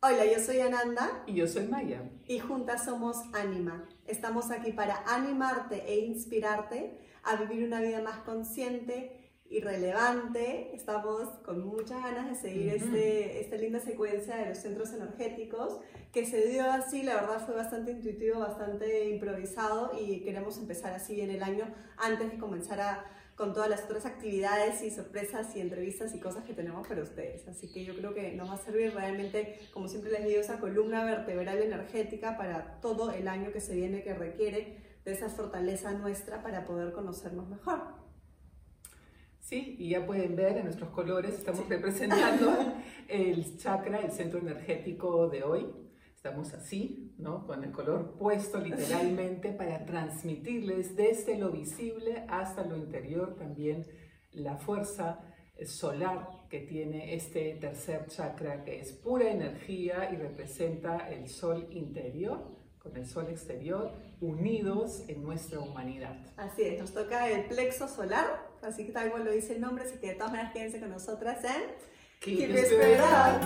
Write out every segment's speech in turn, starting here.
Hola, yo soy Ananda. Y yo soy Maya. Y juntas somos Anima. Estamos aquí para animarte e inspirarte a vivir una vida más consciente y relevante. Estamos con muchas ganas de seguir esta linda secuencia de los centros energéticos que se dio así, la verdad fue bastante intuitivo, bastante improvisado y queremos empezar así bien el año antes de comenzar con todas las otras actividades y sorpresas y entrevistas y cosas que tenemos para ustedes. Así que yo creo que nos va a servir realmente, como siempre les digo, esa columna vertebral energética para todo el año que se viene, que requiere de esa fortaleza nuestra para poder conocernos mejor. Sí, y ya pueden ver en nuestros colores, estamos representando el chakra, el centro energético de hoy. Estamos así, ¿no? Con el color puesto literalmente para transmitirles desde lo visible hasta lo interior también la fuerza solar que tiene este tercer chakra, que es pura energía y representa el sol interior con el sol exterior, unidos en nuestra humanidad. Así es, nos toca el plexo solar, así que tal cual lo dice el nombre, así que de todas maneras quédense con nosotras en Keep Spirit Up.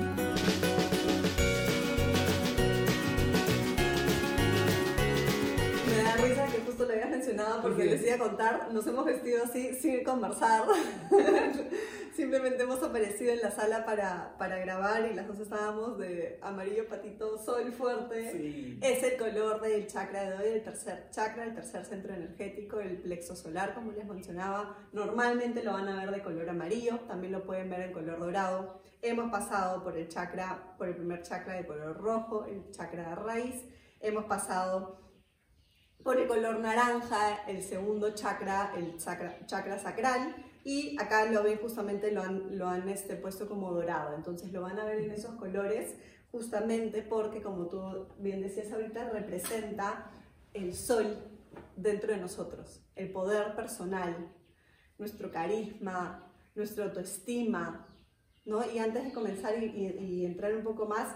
Me da risa que justo lo habías mencionado porque les iba a contar, nos hemos vestido así sin conversar. Simplemente hemos aparecido en la sala para grabar y las dos estábamos de amarillo patito, sol fuerte. Sí. Es el color del chakra de hoy, el tercer chakra, el tercer centro energético, el plexo solar, como les mencionaba. Normalmente lo van a ver de color amarillo, también lo pueden ver en color dorado. Hemos pasado por el primer chakra de color rojo, el chakra de raíz. Hemos pasado por el color naranja, el segundo chakra, el chakra sacral. Y acá lo ven, justamente lo han puesto como dorado, entonces lo van a ver en esos colores justamente porque, como tú bien decías ahorita, representa el sol dentro de nosotros, el poder personal, nuestro carisma, nuestra autoestima, ¿no? Y antes de comenzar y entrar un poco más,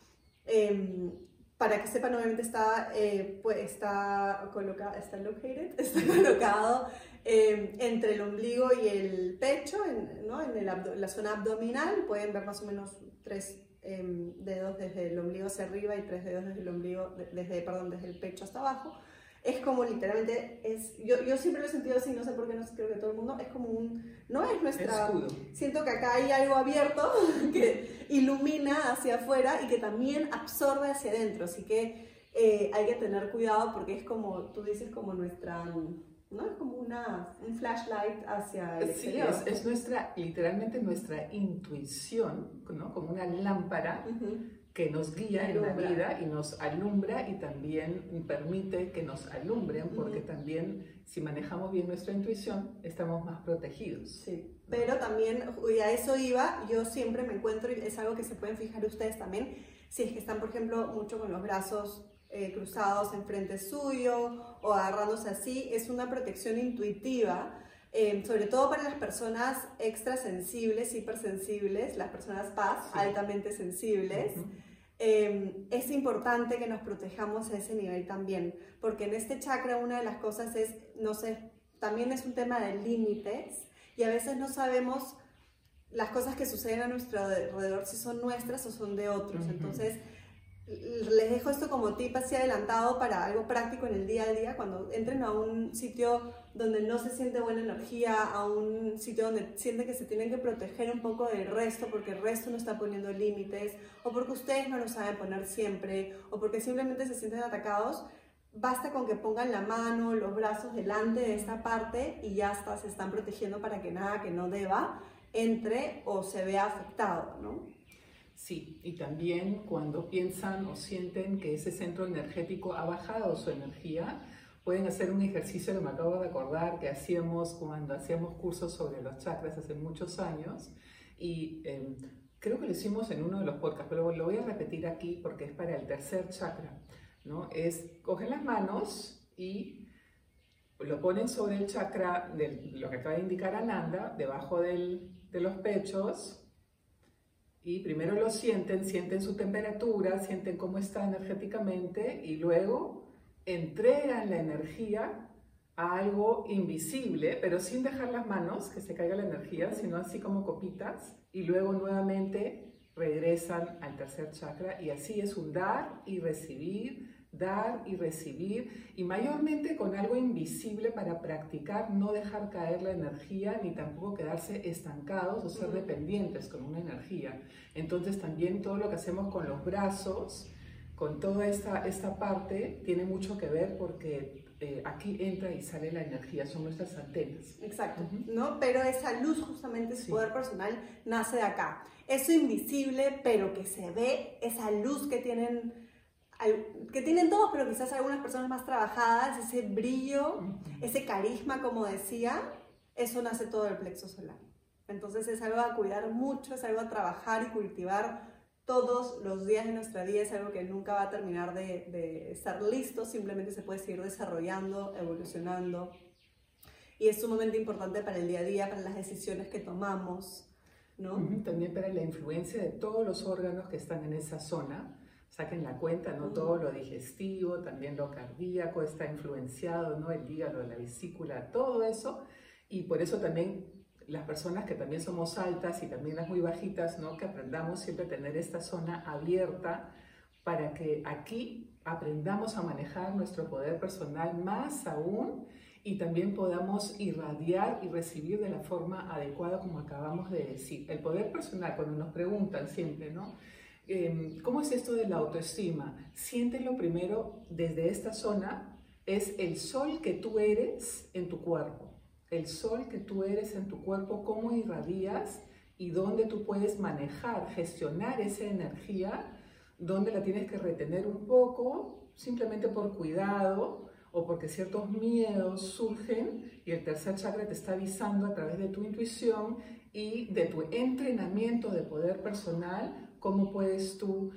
para que sepan, obviamente está colocado entre el ombligo y el pecho, ¿no? en la zona abdominal. Pueden ver más o menos 3 dedos desde el ombligo hacia arriba y 3 dedos desde el ombligo, desde el pecho hasta abajo. Es como literalmente, yo siempre lo he sentido así, no sé por qué, no sé, creo que todo el mundo, es como no es nuestra escudo. Siento que acá hay algo abierto que ilumina hacia afuera y que también absorbe hacia adentro, así que hay que tener cuidado porque es como, tú dices, como nuestra, ¿no? Es como un flashlight hacia el exterior. Sí, es literalmente nuestra intuición, ¿no? Como una lámpara que nos guía en la vida y nos alumbra y también permite que nos alumbren, porque también si manejamos bien nuestra intuición estamos más protegidos. Sí, pero también, y a eso iba, yo siempre me encuentro, y es algo que se pueden fijar ustedes también, si es que están, por ejemplo, mucho con los brazos cruzados enfrente suyo o agarrándose así, es una protección intuitiva, sobre todo para las personas extrasensibles, hipersensibles, las personas paz, altamente sensibles. Es importante que nos protejamos a ese nivel también, porque en este chakra una de las cosas es, no sé, también es un tema de límites y a veces no sabemos las cosas que suceden a nuestro alrededor si son nuestras o son de otros. Entonces les dejo esto como tip así adelantado para algo práctico en el día a día. Cuando entren a un sitio donde no se siente buena energía, a un sitio donde sienten que se tienen que proteger un poco del resto porque el resto no está poniendo límites, o porque ustedes no lo saben poner siempre, o porque simplemente se sienten atacados, basta con que pongan la mano, los brazos delante de esta parte y ya está, se están protegiendo para que nada que no deba entre o se vea afectado, ¿no? Sí, y también cuando piensan o sienten que ese centro energético ha bajado su energía, pueden hacer un ejercicio que me acabo de acordar que hacíamos cuando hacíamos cursos sobre los chakras hace muchos años, y creo que lo hicimos en uno de los podcasts, pero lo voy a repetir aquí porque es para el tercer chakra, ¿no? Cogen las manos y lo ponen sobre el chakra, lo que acaba de indicar Ananda, debajo de los pechos. Y primero lo sienten su temperatura, sienten cómo está energéticamente y luego entregan la energía a algo invisible, pero sin dejar las manos, que se caiga la energía, sino así como copitas, y luego nuevamente regresan regresan al tercer chakra y así es un dar y recibir, y mayormente con algo invisible para practicar, no dejar caer la energía ni tampoco quedarse estancados o ser dependientes con una energía. Entonces también todo lo que hacemos con los brazos, con toda esta parte, tiene mucho que ver porque aquí entra y sale la energía, son nuestras antenas. Exacto, ¿no? Pero esa luz, justamente ese poder personal, nace de acá. Eso invisible, pero que se ve, esa luz que tienen todos, pero quizás algunas personas más trabajadas, ese brillo, ese carisma, como decía, eso nace todo del plexo solar. Entonces es algo a cuidar mucho, es algo a trabajar y cultivar todos los días de nuestra vida, es algo que nunca va a terminar de estar listo, simplemente se puede seguir desarrollando, evolucionando, y es sumamente importante para el día a día, para las decisiones que tomamos, ¿no? También para la influencia de todos los órganos que están en esa zona. Saquen la cuenta, ¿no? Todo lo digestivo, también lo cardíaco está influenciado, ¿no? El hígado, la vesícula, todo eso. Y por eso también las personas que también somos altas y también las muy bajitas, ¿no? Que aprendamos siempre a tener esta zona abierta para que aquí aprendamos a manejar nuestro poder personal más aún y también podamos irradiar y recibir de la forma adecuada, como acabamos de decir. El poder personal, cuando nos preguntan siempre, ¿no? ¿Cómo es esto de la autoestima? Siéntelo primero desde esta zona, es el sol que tú eres en tu cuerpo. El sol que tú eres en tu cuerpo, cómo irradias y dónde tú puedes manejar, gestionar esa energía, dónde la tienes que retener un poco, simplemente por cuidado o porque ciertos miedos surgen y el tercer chakra te está avisando a través de tu intuición y de tu entrenamiento de poder personal, cómo puedes tú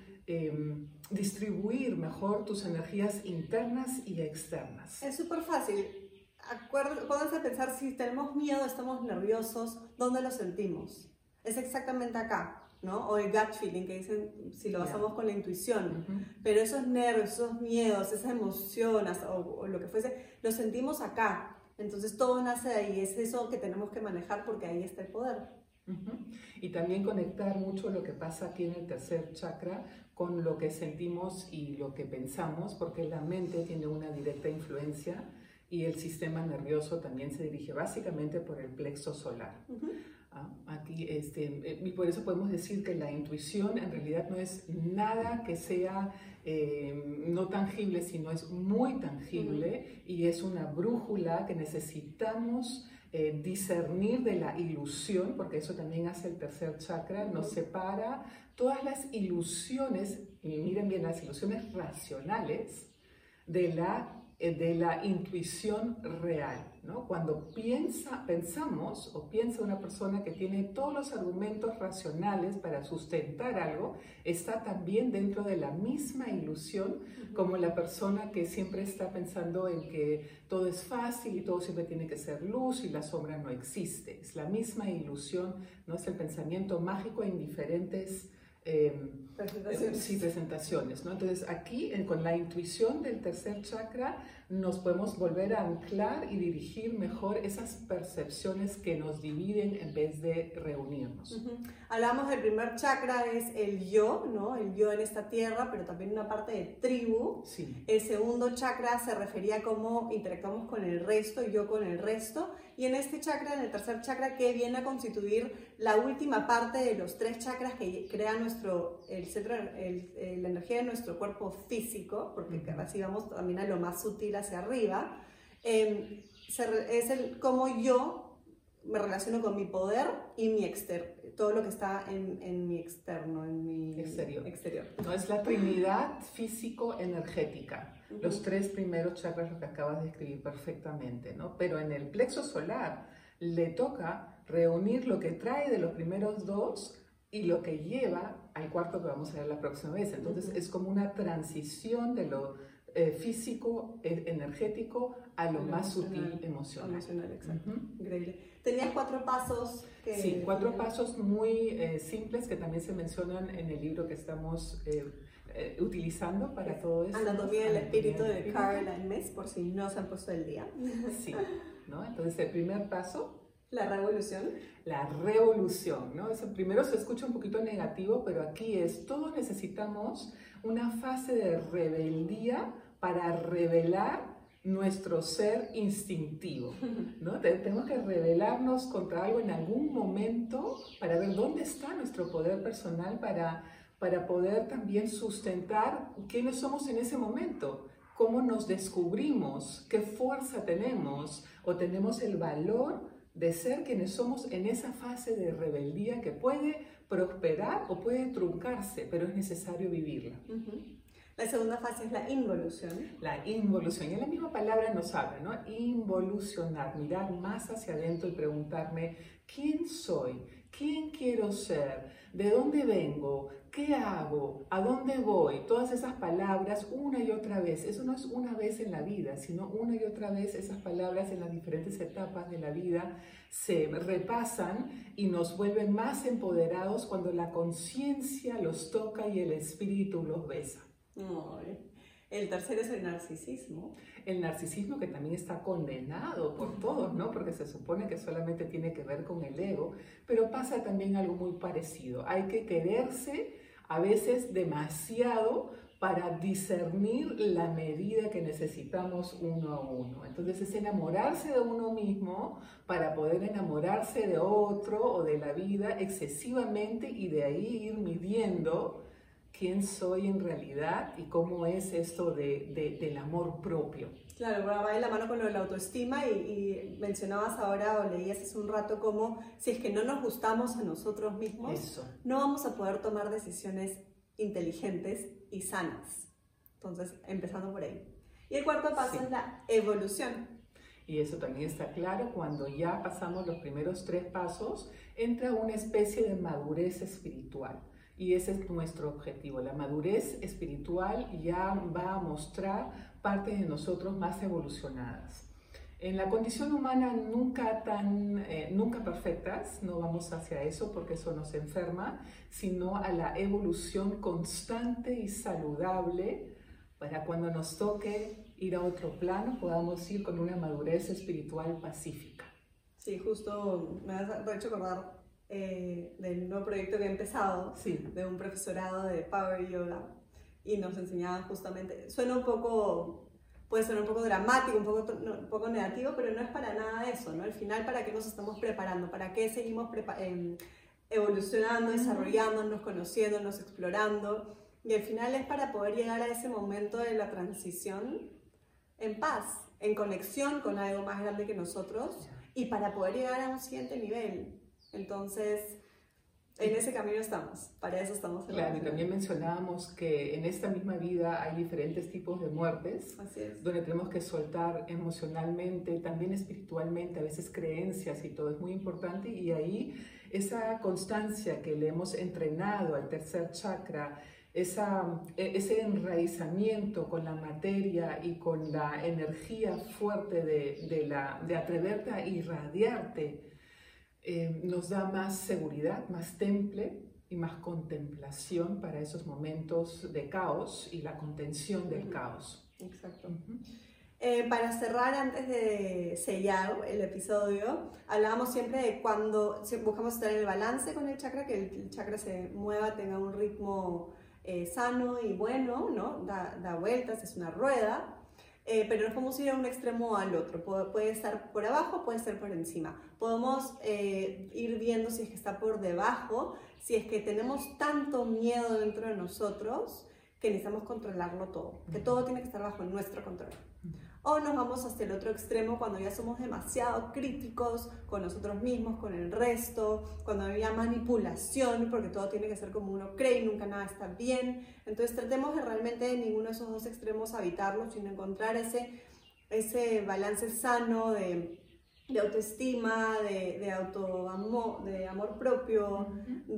distribuir mejor tus energías internas y externas. Es súper fácil. Pónganse a pensar, si tenemos miedo, estamos nerviosos, ¿dónde lo sentimos? Es exactamente acá, ¿no? O el gut feeling, que dicen si lo basamos con la intuición. Pero esos nervios, esos miedos, esa emoción o lo que fuese, lo sentimos acá. Entonces todo nace de ahí. Es eso que tenemos que manejar porque ahí está el poder. Y también conectar mucho lo que pasa aquí en el tercer chakra con lo que sentimos y lo que pensamos, porque la mente tiene una directa influencia y el sistema nervioso también se dirige básicamente por el plexo solar. Aquí, y por eso podemos decir que la intuición en realidad no es nada que sea no tangible, sino es muy tangible y es una brújula que necesitamos discernir de la ilusión, porque eso también hace el tercer chakra, nos separa todas las ilusiones, y miren bien, las ilusiones racionales de la intuición real, ¿no? Cuando pensamos o piensa una persona que tiene todos los argumentos racionales para sustentar algo, está también dentro de la misma ilusión como la persona que siempre está pensando en que todo es fácil y todo siempre tiene que ser luz y la sombra no existe. Es la misma ilusión, no es el pensamiento mágico en diferentes presentaciones, ¿no? Entonces aquí con la intuición del tercer chakra nos podemos volver a anclar y dirigir mejor esas percepciones que nos dividen en vez de reunirnos. Hablamos del primer chakra, es el yo, ¿no? El yo en esta tierra, pero también una parte de tribu. Sí. El segundo chakra se refería a cómo interactuamos con el resto, yo con el resto. Y en este chakra, en el tercer chakra, que viene a constituir la última parte de los tres chakras que crean el centro, la energía de nuestro cuerpo físico, porque así vamos también a lo más sutil hacia arriba, es cómo yo me relaciono con mi poder y mi todo lo que está en mi externo, en mi exterior. No, es la trinidad físico-energética. Los tres primeros chakras, lo que acabas de escribir perfectamente, ¿no? Pero en el plexo solar le toca reunir lo que trae de los primeros dos y lo que lleva al cuarto que vamos a ver la próxima vez. Entonces es como una transición de lo físico, energético, a lo más sutil, emocional. Exacto. Increíble. Tenías 4 pasos. Sí, 4 pasos muy simples que también se mencionan en el libro que estamos utilizando para todo esto. Anatomía del espíritu de Caroline Myss, por si no se han puesto el día. Sí, ¿no? Entonces el primer paso ¿La revolución? La revolución, ¿no? Eso primero se escucha un poquito negativo, pero aquí todos necesitamos una fase de rebeldía para revelar nuestro ser instintivo, ¿no? Tenemos que rebelarnos contra algo en algún momento para ver dónde está nuestro poder personal para poder también sustentar quiénes somos en ese momento, cómo nos descubrimos, qué fuerza tenemos o tenemos el valor de ser quienes somos en esa fase de rebeldía que puede prosperar o puede truncarse, pero es necesario vivirla. La segunda fase es la involución. La involución, y la misma palabra nos habla, ¿no? Involucionar, mirar más hacia adentro y preguntarme ¿quién soy? ¿Quién quiero ser? ¿De dónde vengo? ¿Qué hago? ¿A dónde voy? Todas esas palabras una y otra vez. Eso no es una vez en la vida, sino una y otra vez esas palabras en las diferentes etapas de la vida se repasan y nos vuelven más empoderados cuando la conciencia los toca y el espíritu los besa. El tercero es el narcisismo. El narcisismo que también está condenado por todos, ¿no? Porque se supone que solamente tiene que ver con el ego, pero pasa también algo muy parecido. Hay que quererse a veces demasiado para discernir la medida que necesitamos uno a uno. Entonces es enamorarse de uno mismo para poder enamorarse de otro o de la vida excesivamente y de ahí ir midiendo quién soy en realidad y cómo es esto del amor propio. Claro, va de la mano con lo de la autoestima y mencionabas ahora o leías hace un rato cómo si es que no nos gustamos a nosotros mismos, no vamos a poder tomar decisiones inteligentes y sanas. Entonces, empezando por ahí. Y el cuarto paso es la evolución. Y eso también está claro, cuando ya pasamos los primeros 3 pasos, entra una especie de madurez espiritual. Y ese es nuestro objetivo. La madurez espiritual ya va a mostrar partes de nosotros más evolucionadas. En la condición humana nunca perfectas, no vamos hacia eso porque eso nos enferma, sino a la evolución constante y saludable para cuando nos toque ir a otro plano podamos ir con una madurez espiritual pacífica. Sí, justo me has hecho acordar del nuevo proyecto que he empezado, de un profesorado de Power Yoga, y nos enseñaban justamente, puede sonar un poco dramático, un poco negativo, pero no es para nada eso, ¿no? Al final, ¿para qué nos estamos preparando? ¿Para qué seguimos evolucionando, desarrollándonos, conociéndonos, explorando? Y al final es para poder llegar a ese momento de la transición en paz, en conexión con algo más grande que nosotros, y para poder llegar a un siguiente nivel. Entonces, en ese camino estamos, para eso estamos. Claro, y también mencionábamos que en esta misma vida hay diferentes tipos de muertes, donde tenemos que soltar emocionalmente, también espiritualmente, a veces creencias y todo es muy importante, y ahí esa constancia que le hemos entrenado al tercer chakra, ese enraizamiento con la materia y con la energía fuerte de atreverte a irradiarte, nos da más seguridad, más temple y más contemplación para esos momentos de caos y la contención del caos. Exacto. Para cerrar, antes de sellar el episodio, hablábamos siempre de cuando buscamos estar en el balance con el chakra, que el chakra se mueva, tenga un ritmo sano y bueno, ¿no? Da vueltas, es una rueda. Pero no podemos ir a un extremo o al otro, puede estar por abajo, puede estar por encima. Podemos ir viendo si es que está por debajo, si es que tenemos tanto miedo dentro de nosotros que necesitamos controlarlo todo, que todo tiene que estar bajo nuestro control. O nos vamos hasta el otro extremo cuando ya somos demasiado críticos con nosotros mismos, con el resto, cuando había manipulación, porque todo tiene que ser como uno cree y nunca nada está bien. Entonces tratemos de realmente en ninguno de esos dos extremos habitarlo, sino encontrar ese balance sano de autoestima, de autoamor, de amor propio,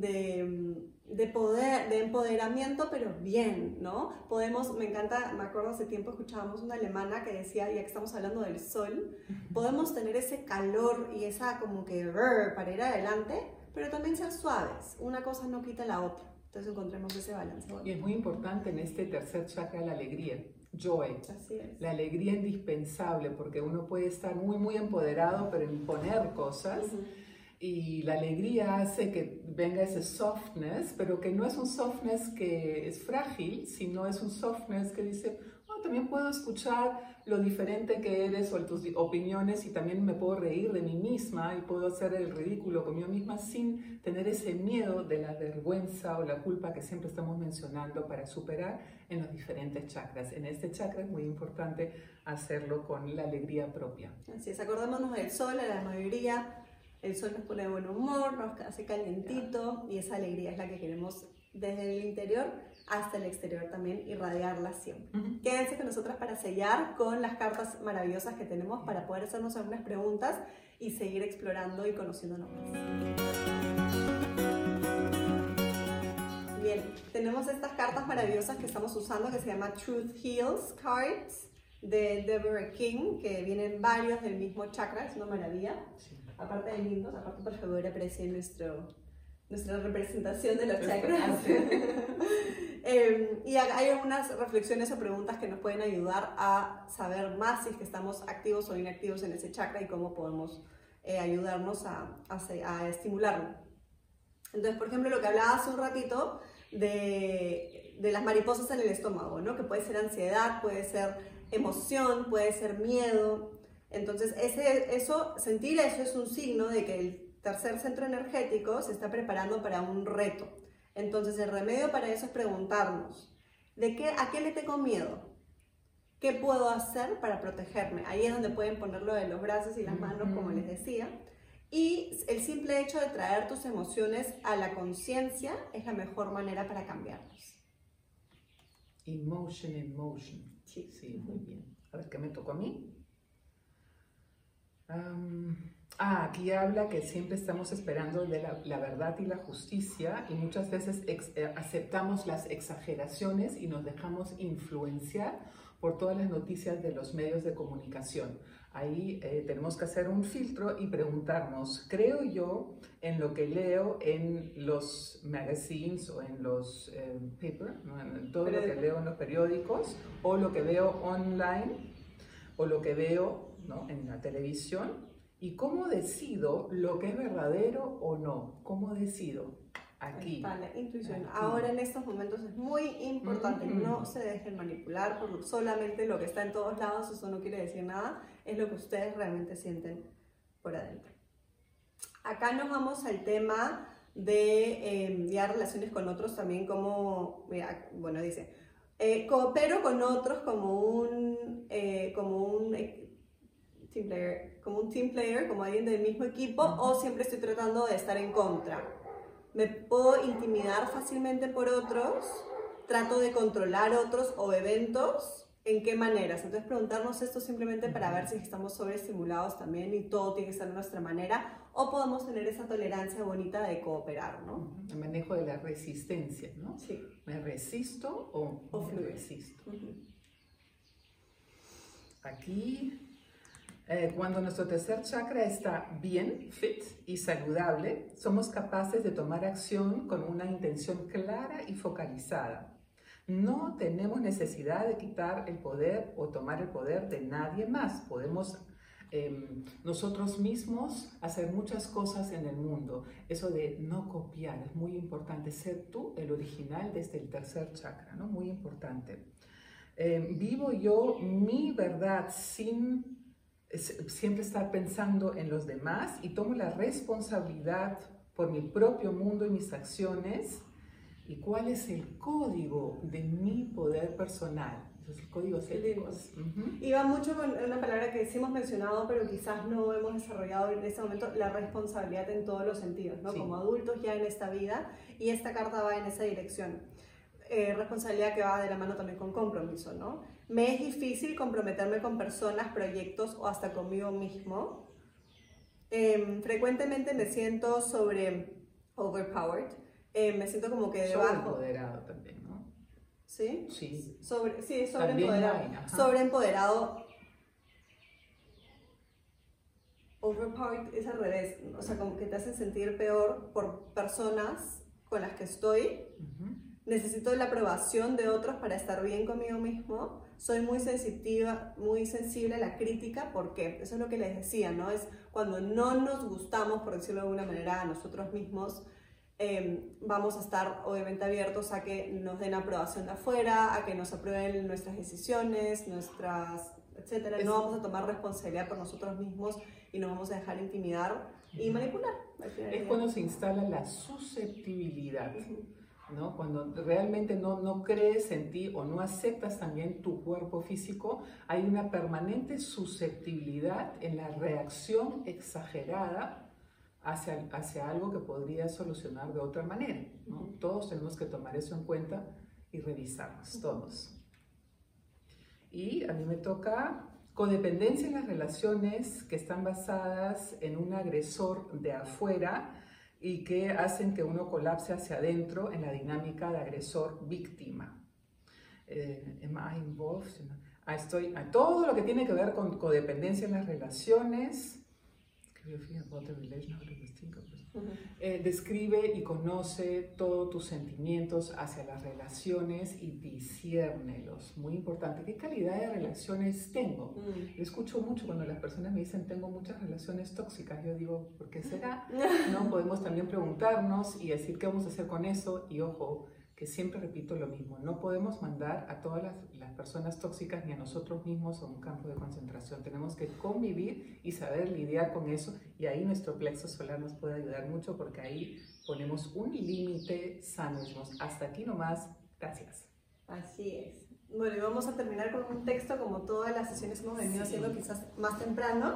de poder, de empoderamiento, pero bien, ¿no? Me encanta, me acuerdo hace tiempo escuchábamos una alemana que decía, ya que estamos hablando del sol, podemos tener ese calor y esa como que para ir adelante, pero también ser suaves, una cosa no quita la otra. Entonces encontremos ese balance. Y es muy importante en este tercer chakra la alegría, joy. Así es. La alegría indispensable, porque uno puede estar muy empoderado, pero imponer cosas. Y la alegría hace que venga ese softness, pero que no es un softness que es frágil, sino es un softness que dice, oh, también puedo escuchar lo diferente que eres o tus opiniones y también me puedo reír de mí misma y puedo hacer el ridículo conmigo misma sin tener ese miedo de la vergüenza o la culpa que siempre estamos mencionando para superar en los diferentes chakras. En este chakra es muy importante hacerlo con la alegría propia. Así es, acordémonos del sol, a la mayoría. El sol nos pone de buen humor, nos hace calientito y esa alegría es la que queremos desde el interior hasta el exterior también irradiarla siempre. Quédense con nosotras para sellar con las cartas maravillosas que tenemos para poder hacernos algunas preguntas y seguir explorando y conociéndonos más. Bien, tenemos estas cartas maravillosas que estamos usando que se llama Truth Heals Cards de Deborah King, que vienen varios del mismo chakra, es una maravilla. Aparte de lindos, aparte por favor aprecien nuestra representación de los chakras. Y hay algunas reflexiones o preguntas que nos pueden ayudar a saber más si es que estamos activos o inactivos en ese chakra y cómo podemos ayudarnos a estimularlo. Entonces, por ejemplo, lo que hablaba hace un ratito de las mariposas en el estómago, ¿no? Que puede ser ansiedad, puede ser emoción, puede ser miedo. Entonces, sentir eso es un signo de que el tercer centro energético se está preparando para un reto. Entonces, el remedio para eso es preguntarnos, ¿a qué le tengo miedo? ¿Qué puedo hacer para protegerme? Ahí es donde pueden ponerlo de los brazos y las manos, como les decía. Y el simple hecho de traer tus emociones a la conciencia es la mejor manera para cambiarlos. Emotion in motion. Sí, muy bien. A ver, ¿qué me tocó a mí? Aquí habla que siempre estamos esperando de la verdad y la justicia y muchas veces aceptamos las exageraciones y nos dejamos influenciar por todas las noticias de los medios de comunicación. Ahí tenemos que hacer un filtro y preguntarnos, ¿creo yo en lo que leo en los magazines o en los papers, ¿no? En todo lo que leo en los periódicos o lo que veo online o lo que veo, ¿no?, en la televisión? ¿Y cómo decido lo que es verdadero o no? ¿Cómo decido? Aquí. La intuición. Aquí. Ahora en estos momentos es muy importante, no se dejen manipular por solamente lo que está en todos lados, eso no quiere decir nada, es lo que ustedes realmente sienten por adentro. Acá nos vamos al tema de ya relaciones con otros también, como, mira, bueno, dice, coopero con otros como un team player, como alguien del mismo equipo, o siempre estoy tratando de estar en contra. Me puedo intimidar fácilmente por otros, trato de controlar otros o eventos, ¿en qué maneras? Entonces preguntarnos esto simplemente para ver si estamos sobreestimulados también y todo tiene que estar de nuestra manera, o podemos tener esa tolerancia bonita de cooperar, ¿no? El manejo de la resistencia, ¿no? Sí. ¿Me resisto o me resisto? Aquí... cuando nuestro tercer chakra está bien, fit y saludable, somos capaces de tomar acción con una intención clara y focalizada. No tenemos necesidad de quitar el poder o tomar el poder de nadie más. Podemos nosotros mismos hacer muchas cosas en el mundo. Eso de no copiar es muy importante. Ser tú el original desde el tercer chakra, ¿no? Muy importante. Vivo yo mi verdad sin siempre estar pensando en los demás y tomo la responsabilidad por mi propio mundo y mis acciones. ¿Y cuál es el código de mi poder personal? Entonces, el código ético. Y va mucho con una palabra que sí hemos mencionado, pero quizás no hemos desarrollado en este momento, la responsabilidad en todos los sentidos, ¿no? Sí. Como adultos ya en esta vida, y esta carta va en esa dirección. Responsabilidad que va de la mano también con compromiso, ¿no? Me es difícil comprometerme con personas, proyectos o hasta conmigo mismo. Frecuentemente me siento overpowered. Me siento como que debajo. Sobreempoderado también, ¿no? ¿Sí? Sí. Sobreempoderado. Sobreempoderado. Overpowered es al revés. O sea, como que te hacen sentir peor por personas con las que estoy. Necesito la aprobación de otros para estar bien conmigo mismo. Soy muy sensitiva, muy sensible a la crítica, porque eso es lo que les decía, ¿no? Es cuando no nos gustamos, por decirlo de alguna manera, a nosotros mismos, vamos a estar obviamente abiertos a que nos den aprobación de afuera, a que nos aprueben nuestras decisiones, etcétera. No vamos a tomar responsabilidad por nosotros mismos y nos vamos a dejar intimidar y manipular. Es cuando se instala la susceptibilidad. ¿No? Cuando realmente no crees en ti o no aceptas también tu cuerpo físico, hay una permanente susceptibilidad en la reacción exagerada hacia algo que podría solucionar de otra manera, ¿no? Todos tenemos que tomar eso en cuenta y revisarnos, todos. Y a mí me toca codependencia en las relaciones que están basadas en un agresor de afuera y que hacen que uno colapse hacia adentro en la dinámica de agresor-víctima. Am I involved? Todo lo que tiene que ver con codependencia en las relaciones, describe y conoce todos tus sentimientos hacia las relaciones y disciérnelos. Muy importante. ¿Qué calidad de relaciones tengo? Yo escucho mucho cuando las personas me dicen tengo muchas relaciones tóxicas. Yo digo, ¿por qué será? ¿No? Podemos también preguntarnos y decir qué vamos a hacer con eso. Y ojo, que siempre repito lo mismo. No podemos mandar a todas las personas tóxicas ni a nosotros mismos a un campo de concentración. Tenemos que convivir y saber lidiar con eso. Y ahí nuestro plexo solar nos puede ayudar mucho porque ahí ponemos un límite sano. Hasta aquí nomás, gracias. Así es. Bueno, y vamos a terminar con un texto como todas las sesiones hemos venido haciendo quizás más temprano,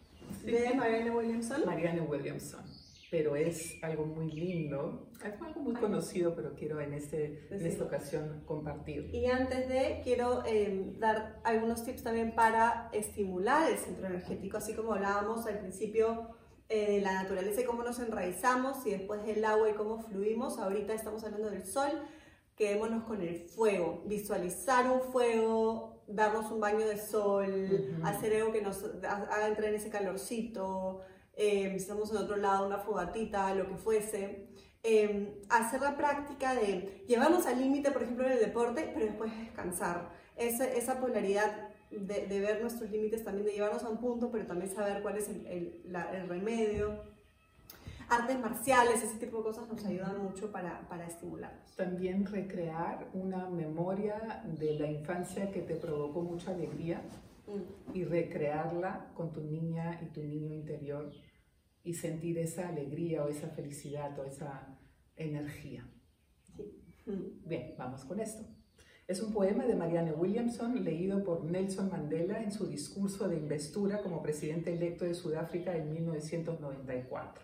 de Marianne Williamson. Marianne Williamson. Pero es algo muy lindo, es algo muy conocido, pero quiero en esta ocasión compartir. Y antes quiero dar algunos tips también para estimular el centro energético, así como hablábamos al principio de la naturaleza y cómo nos enraizamos, y después del agua y cómo fluimos. Ahorita estamos hablando del sol, quedémonos con el fuego, visualizar un fuego, darnos un baño de sol, hacer algo que nos haga entrar en ese calorcito. Si estamos en otro lado, una fogatita, lo que fuese, hacer la práctica de llevarnos al límite, por ejemplo, en el deporte, pero después descansar. Esa polaridad de ver nuestros límites también, de llevarnos a un punto, pero también saber cuál es el remedio. Artes marciales, ese tipo de cosas nos ayudan mucho para estimularnos. También recrear una memoria de la infancia que te provocó mucha alegría. Y recrearla con tu niña y tu niño interior y sentir esa alegría o esa felicidad o esa energía. Sí. Bien, vamos con esto. Es un poema de Marianne Williamson leído por Nelson Mandela en su discurso de investidura como presidente electo de Sudáfrica en 1994.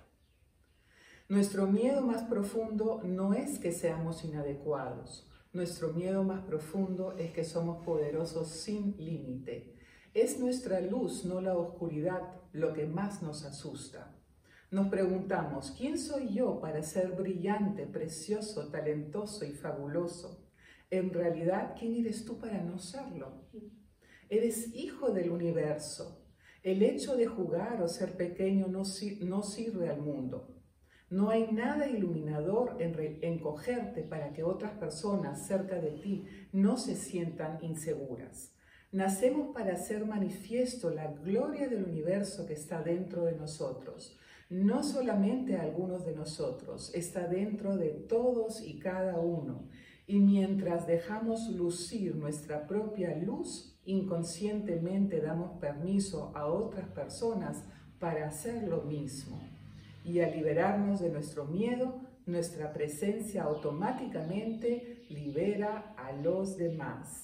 Nuestro miedo más profundo no es que seamos inadecuados. Nuestro miedo más profundo es que somos poderosos sin límite. Es nuestra luz, no la oscuridad, lo que más nos asusta. Nos preguntamos, ¿quién soy yo para ser brillante, precioso, talentoso y fabuloso? En realidad, ¿quién eres tú para no serlo? Eres hijo del universo. El hecho de jugar o ser pequeño no sirve al mundo. No hay nada iluminador en cogerte para que otras personas cerca de ti no se sientan inseguras. Nacemos para hacer manifiesto la gloria del universo que está dentro de nosotros. No solamente algunos de nosotros, está dentro de todos y cada uno. Y mientras dejamos lucir nuestra propia luz, inconscientemente damos permiso a otras personas para hacer lo mismo. Y al liberarnos de nuestro miedo, nuestra presencia automáticamente libera a los demás.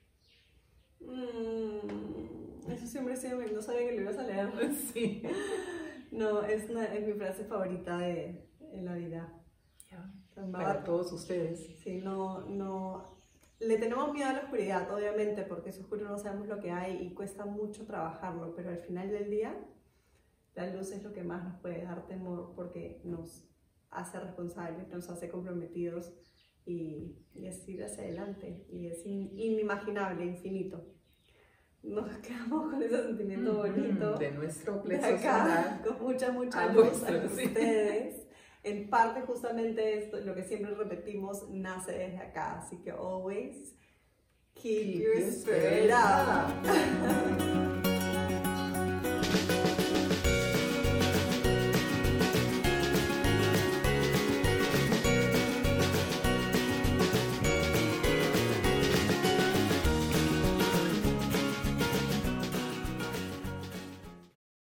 Eso siempre no sabía que lo ibas a leer. Sí. No, es mi frase favorita en la vida. Para todos ustedes. Sí, no. Le tenemos miedo a la oscuridad, obviamente, porque es oscuro, no sabemos lo que hay y cuesta mucho trabajarlo, pero al final del día, la luz es lo que más nos puede dar temor porque nos hace responsables, nos hace comprometidos y así hacia adelante. Y es inimaginable, infinito. Nos quedamos con ese sentimiento bonito de nuestro plexo solar, con mucha luz a ustedes. en parte justamente esto, lo que siempre repetimos, nace desde acá. Así que always keep your spirit up.